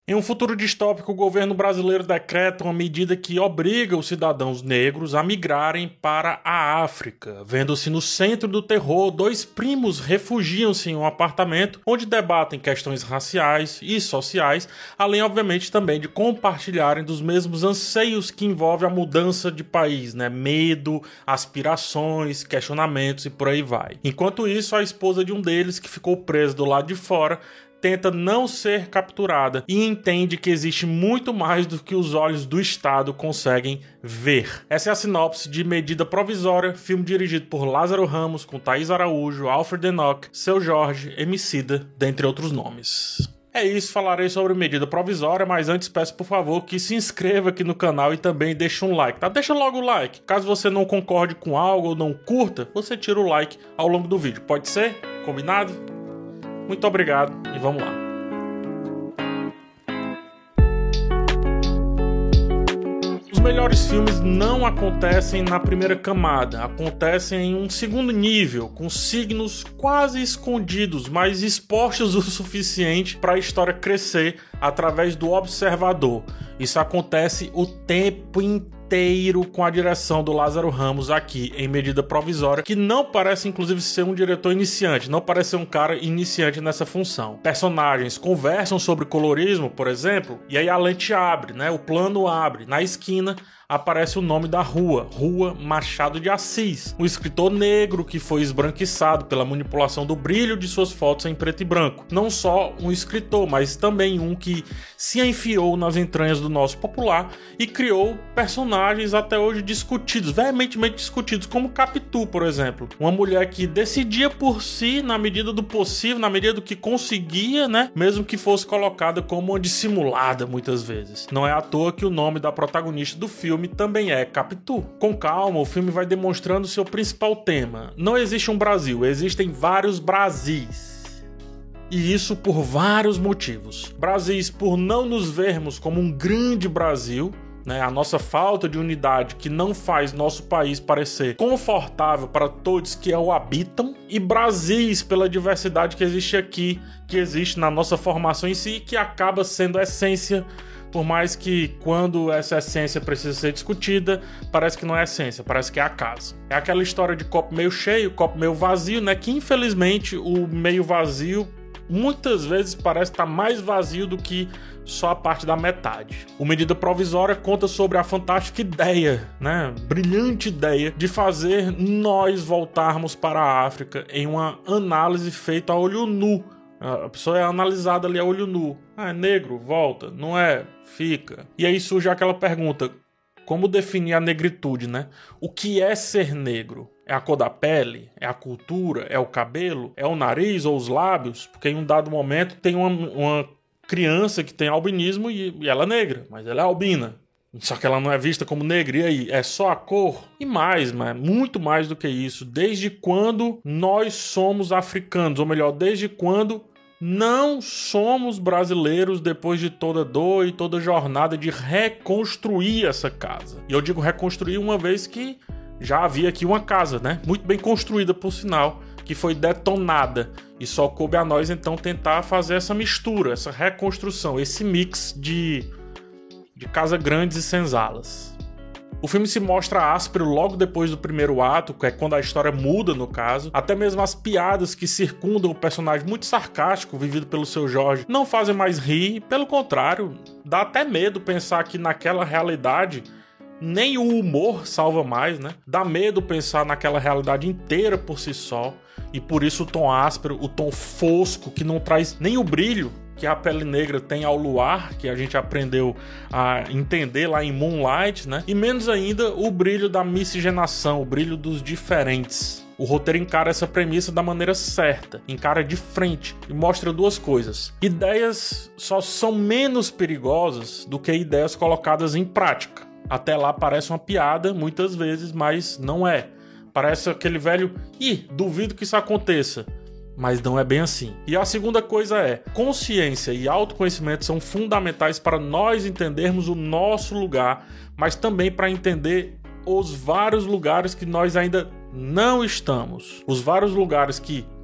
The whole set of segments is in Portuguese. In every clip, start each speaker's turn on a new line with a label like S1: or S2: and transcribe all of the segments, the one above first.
S1: Em um futuro distópico, o governo brasileiro decreta uma medida que obriga os cidadãos negros a migrarem para a África. Vendo-se no centro do terror, dois primos refugiam-se em um apartamento onde debatem questões raciais e sociais, além, obviamente, também de compartilharem dos mesmos anseios que envolvem a mudança de país, né? Medo, aspirações, questionamentos e por aí vai. Enquanto isso, a esposa de um deles, que ficou presa do lado de fora, tenta não ser capturada e entende que existe muito mais do que os olhos do Estado conseguem ver. Essa é a sinopse de Medida Provisória, filme dirigido por Lázaro Ramos, com Thaís Araújo, Alfred Enoch, Seu Jorge, Emicida, dentre outros nomes. É isso, falarei sobre Medida Provisória, mas antes peço por favor que se inscreva aqui no canal e também deixe um like, tá? Deixa logo o like. Caso você não concorde com algo ou não curta, você tira o like ao longo do vídeo. Pode ser? Combinado? Muito obrigado e vamos lá. Os melhores filmes não acontecem na primeira camada, acontecem em um segundo nível, com signos quase escondidos, mas expostos o suficiente para a história crescer através do observador. Isso acontece o tempo inteiro com a direção do Lázaro Ramos aqui em Medida Provisória, que não parece inclusive ser um diretor iniciante, não parece ser um cara iniciante nessa função. Personagens conversam sobre colorismo, por exemplo, e aí a lente abre, né? O plano abre. Na esquina aparece o nome da rua, Rua Machado de Assis, um escritor negro que foi esbranquiçado pela manipulação do brilho de suas fotos em preto e branco. Não só um escritor, mas também um que se enfiou nas entranhas do nosso popular e criou personagens até hoje discutidos, veementemente discutidos, como Capitu, por exemplo. Uma mulher que decidia por si, na medida do possível, na medida do que conseguia, né? Mesmo que fosse colocada como uma dissimulada muitas vezes. Não é à toa que o nome da protagonista do filme também é Capitu. Com calma, o filme vai demonstrando seu principal tema. Não existe um Brasil, existem vários Brasis. E isso por vários motivos. Brasis por não nos vermos como um grande Brasil, né? A nossa falta de unidade que não faz nosso país parecer confortável para todos que o habitam. E Brasis pela diversidade que existe aqui, que existe na nossa formação em si, que acaba sendo a essência. Por mais que quando essa essência precisa ser discutida, parece que não é essência, parece que é acaso. É aquela história de copo meio cheio, copo meio vazio, né? Que infelizmente o meio vazio muitas vezes parece estar mais vazio do que só a parte da metade. O Medida Provisória conta sobre a fantástica ideia, né? Brilhante ideia de fazer nós voltarmos para a África em uma análise feita a olho nu. A pessoa é analisada ali a olho nu. Ah, é negro? Volta. Não é? Fica. E aí surge aquela pergunta: como definir a negritude, né? O que é ser negro? É a cor da pele? É a cultura? É o cabelo? É o nariz ou os lábios? Porque em um dado momento tem uma criança que tem albinismo e ela é negra, mas ela é albina. Só que ela não é vista como negra, e aí? É só a cor? E mais, mas muito mais do que isso. Desde quando nós somos africanos? Ou melhor, desde quando não somos brasileiros depois de toda dor e toda jornada de reconstruir essa casa? E eu digo reconstruir uma vez que já havia aqui uma casa, né? Muito bem construída, por sinal, que foi detonada. E só coube a nós, então, tentar fazer essa mistura, essa reconstrução, esse mix de casa grandes e senzalas. O filme se mostra áspero logo depois do primeiro ato, que é quando a história muda, no caso. Até mesmo as piadas que circundam o personagem muito sarcástico, vivido pelo Seu Jorge, não fazem mais rir. Pelo contrário, dá até medo pensar que naquela realidade nem o humor salva mais, né? Dá medo pensar naquela realidade inteira por si só. E por isso o tom áspero, o tom fosco, que não traz nem o brilho que a pele negra tem ao luar, que a gente aprendeu a entender lá em Moonlight, né? E menos ainda o brilho da miscigenação, o brilho dos diferentes. O roteiro encara essa premissa da maneira certa, encara de frente e mostra duas coisas. Ideias só são menos perigosas do que ideias colocadas em prática. Até lá parece uma piada, muitas vezes, mas não é. Parece aquele velho, duvido que isso aconteça. Mas não é bem assim. E a segunda coisa é, consciência e autoconhecimento são fundamentais para nós entendermos o nosso lugar, mas também para entender os vários lugares que nós ainda não estamos. Os vários lugares que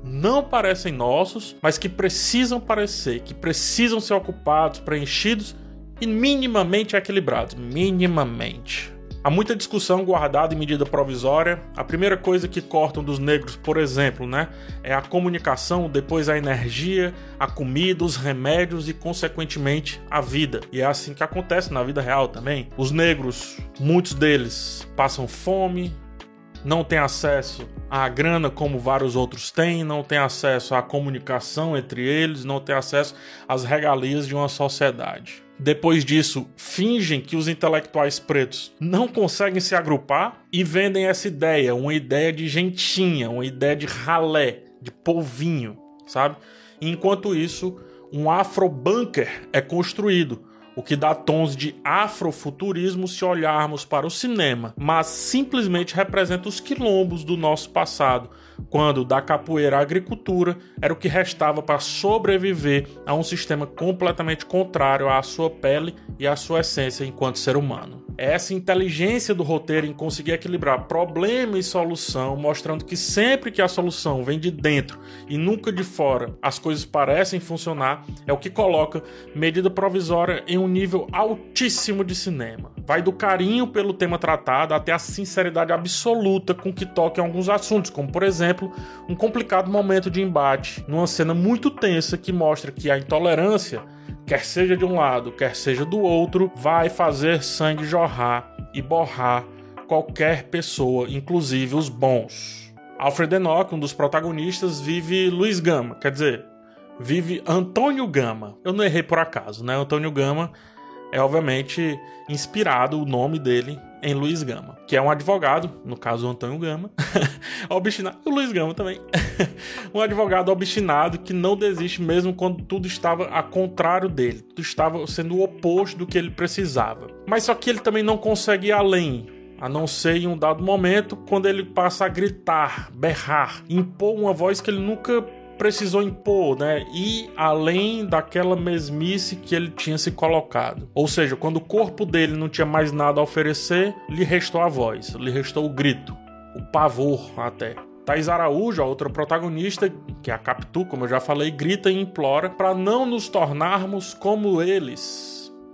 S1: não parecem nossos, mas que precisam parecer, que precisam ser ocupados, preenchidos e minimamente equilibrados. Minimamente. Há muita discussão guardada em medida provisória. A primeira coisa que cortam dos negros, por exemplo, é a comunicação, depois a energia, a comida, os remédios e, consequentemente, a vida. E é assim que acontece na vida real também. Os negros, muitos deles, passam fome, não têm acesso à grana como vários outros têm, não têm acesso à comunicação entre eles, não têm acesso às regalias de uma sociedade. Depois disso, fingem que os intelectuais pretos não conseguem se agrupar e vendem essa ideia, uma ideia de gentinha, uma ideia de ralé, de polvinho, sabe? E enquanto isso, um afrobunker é construído, o que dá tons de afrofuturismo se olharmos para o cinema, mas simplesmente representa os quilombos do nosso passado, quando da capoeira à agricultura era o que restava para sobreviver a um sistema completamente contrário à sua pele e à sua essência enquanto ser humano. É essa inteligência do roteiro em conseguir equilibrar problema e solução, mostrando que sempre que a solução vem de dentro e nunca de fora, as coisas parecem funcionar, é o que coloca Medida Provisória em um nível altíssimo de cinema. Vai do carinho pelo tema tratado até a sinceridade absoluta com que toca em alguns assuntos, como por exemplo, um complicado momento de embate, numa cena muito tensa que mostra que a intolerância, quer seja de um lado, quer seja do outro, vai fazer sangue jorrar e borrar qualquer pessoa, inclusive os bons. Alfred Enoch, um dos protagonistas, vive Luiz Gama, quer dizer, vive Antônio Gama. Eu não errei por acaso, né? Antônio Gama é obviamente inspirado o nome dele em Luiz Gama, que é um advogado, no caso o Antônio Gama, obstinado, o Luiz Gama também, um advogado obstinado que não desiste mesmo quando tudo estava a contrário dele, tudo estava sendo o oposto do que ele precisava. Mas só que ele também não consegue ir além, a não ser em um dado momento, quando ele passa a gritar, berrar, impor uma voz que ele nunca precisou impor, e além daquela mesmice que ele tinha se colocado. Ou seja, quando o corpo dele não tinha mais nada a oferecer, lhe restou a voz, lhe restou o grito, o pavor até. Thaís Araújo, a outra protagonista, que é a Capitu, como eu já falei, grita e implora para não nos tornarmos como eles,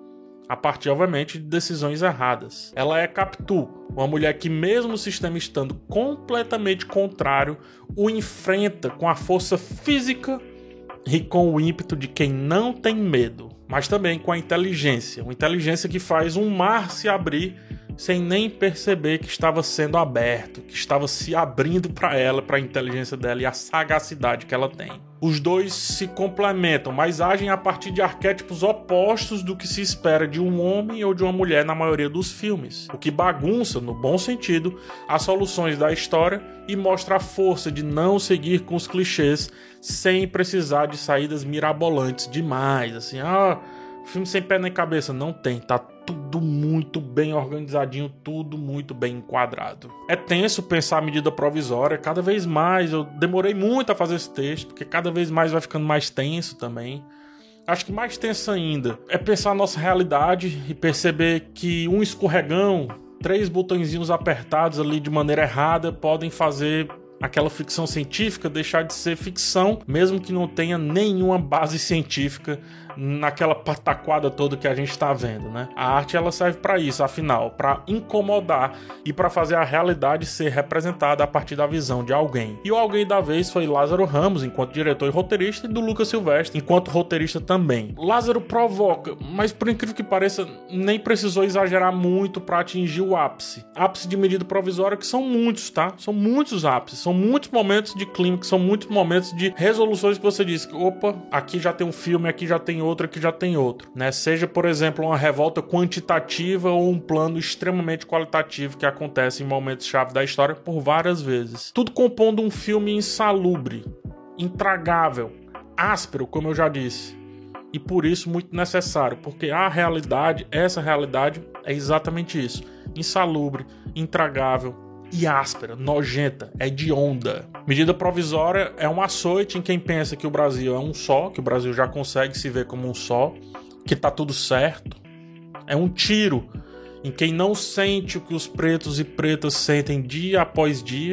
S1: a partir, obviamente, de decisões erradas. Ela é Capitu, uma mulher que, mesmo o sistema estando completamente contrário, o enfrenta com a força física e com o ímpeto de quem não tem medo, mas também com a inteligência, uma inteligência que faz um mar se abrir sem nem perceber que estava sendo aberto, que estava se abrindo para ela, para a inteligência dela e a sagacidade que ela tem. Os dois se complementam, mas agem a partir de arquétipos opostos do que se espera de um homem ou de uma mulher na maioria dos filmes, o que bagunça, no bom sentido, as soluções da história e mostra a força de não seguir com os clichês sem precisar de saídas mirabolantes demais, assim, filme sem pé nem cabeça. Não tem, tá tudo muito bem organizadinho, tudo muito bem enquadrado. É tenso pensar a medida provisória, cada vez mais, eu demorei muito a fazer esse texto, porque cada vez mais vai ficando mais tenso também. Acho que mais tenso ainda é pensar a nossa realidade e perceber que um escorregão, 3 botõezinhos apertados ali de maneira errada podem fazer aquela ficção científica deixar de ser ficção, mesmo que não tenha nenhuma base científica naquela pataquada toda que a gente está vendo, A arte, ela serve para isso, afinal, para incomodar e para fazer a realidade ser representada a partir da visão de alguém. E o alguém da vez foi Lázaro Ramos, enquanto diretor e roteirista, e do Lucas Silvestre, enquanto roteirista também. Lázaro provoca, mas por incrível que pareça, nem precisou exagerar muito para atingir o ápice. Ápice de medida provisória, que são muitos, tá? São muitos ápices, são muitos momentos de clímax, são muitos momentos de resoluções que você diz, opa, aqui já tem um filme, aqui já tem outro, aqui já tem outro, Seja, por exemplo, uma revolta quantitativa ou um plano extremamente qualitativo que acontece em momentos-chave da história por várias vezes. Tudo compondo um filme insalubre, intragável, áspero, como eu já disse. E por isso muito necessário, porque a realidade, essa realidade é exatamente isso. Insalubre, intragável e áspera, nojenta, hedionda. Medida provisória é um açoite em quem pensa que o Brasil é um só, que o Brasil já consegue se ver como um só, que tá tudo certo. É um tiro em quem não sente o que os pretos e pretas sentem dia após dia,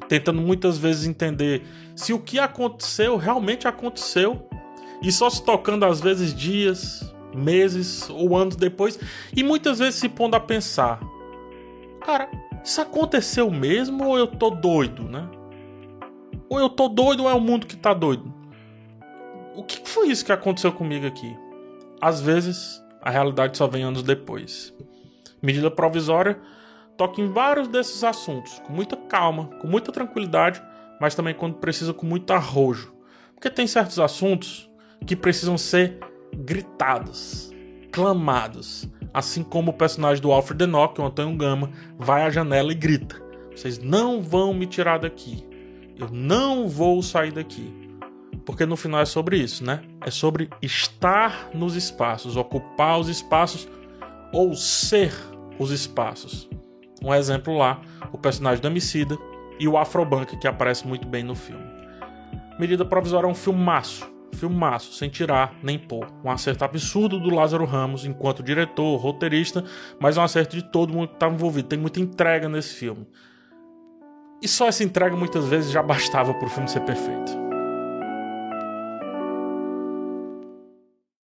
S1: tentando muitas vezes entender se o que aconteceu realmente aconteceu, e só se tocando às vezes dias, meses ou anos depois, e muitas vezes se pondo a pensar: cara, isso aconteceu mesmo ou eu tô doido, né? Ou eu tô doido ou é o mundo que tá doido? O que foi isso que aconteceu comigo aqui? Às vezes, a realidade só vem anos depois. Medida provisória toca em vários desses assuntos, com muita calma, com muita tranquilidade, mas também quando precisa com muito arrojo. Porque tem certos assuntos que precisam ser gritados, clamados. Assim como o personagem do Alfred Enoch, o Antônio Gama, vai à janela e grita: vocês não vão me tirar daqui. Eu não vou sair daqui. Porque no final é sobre isso, né? É sobre estar nos espaços, ocupar os espaços ou ser os espaços. Um exemplo lá, o personagem do Emicida e o Afrobank, que aparece muito bem no filme. Medida Provisória é um filmaço, sem tirar nem pôr. Um acerto absurdo do Lázaro Ramos enquanto diretor, roteirista, mas um acerto de todo mundo que estava envolvido. Tem muita entrega nesse filme. E só essa entrega muitas vezes já bastava para o filme ser perfeito.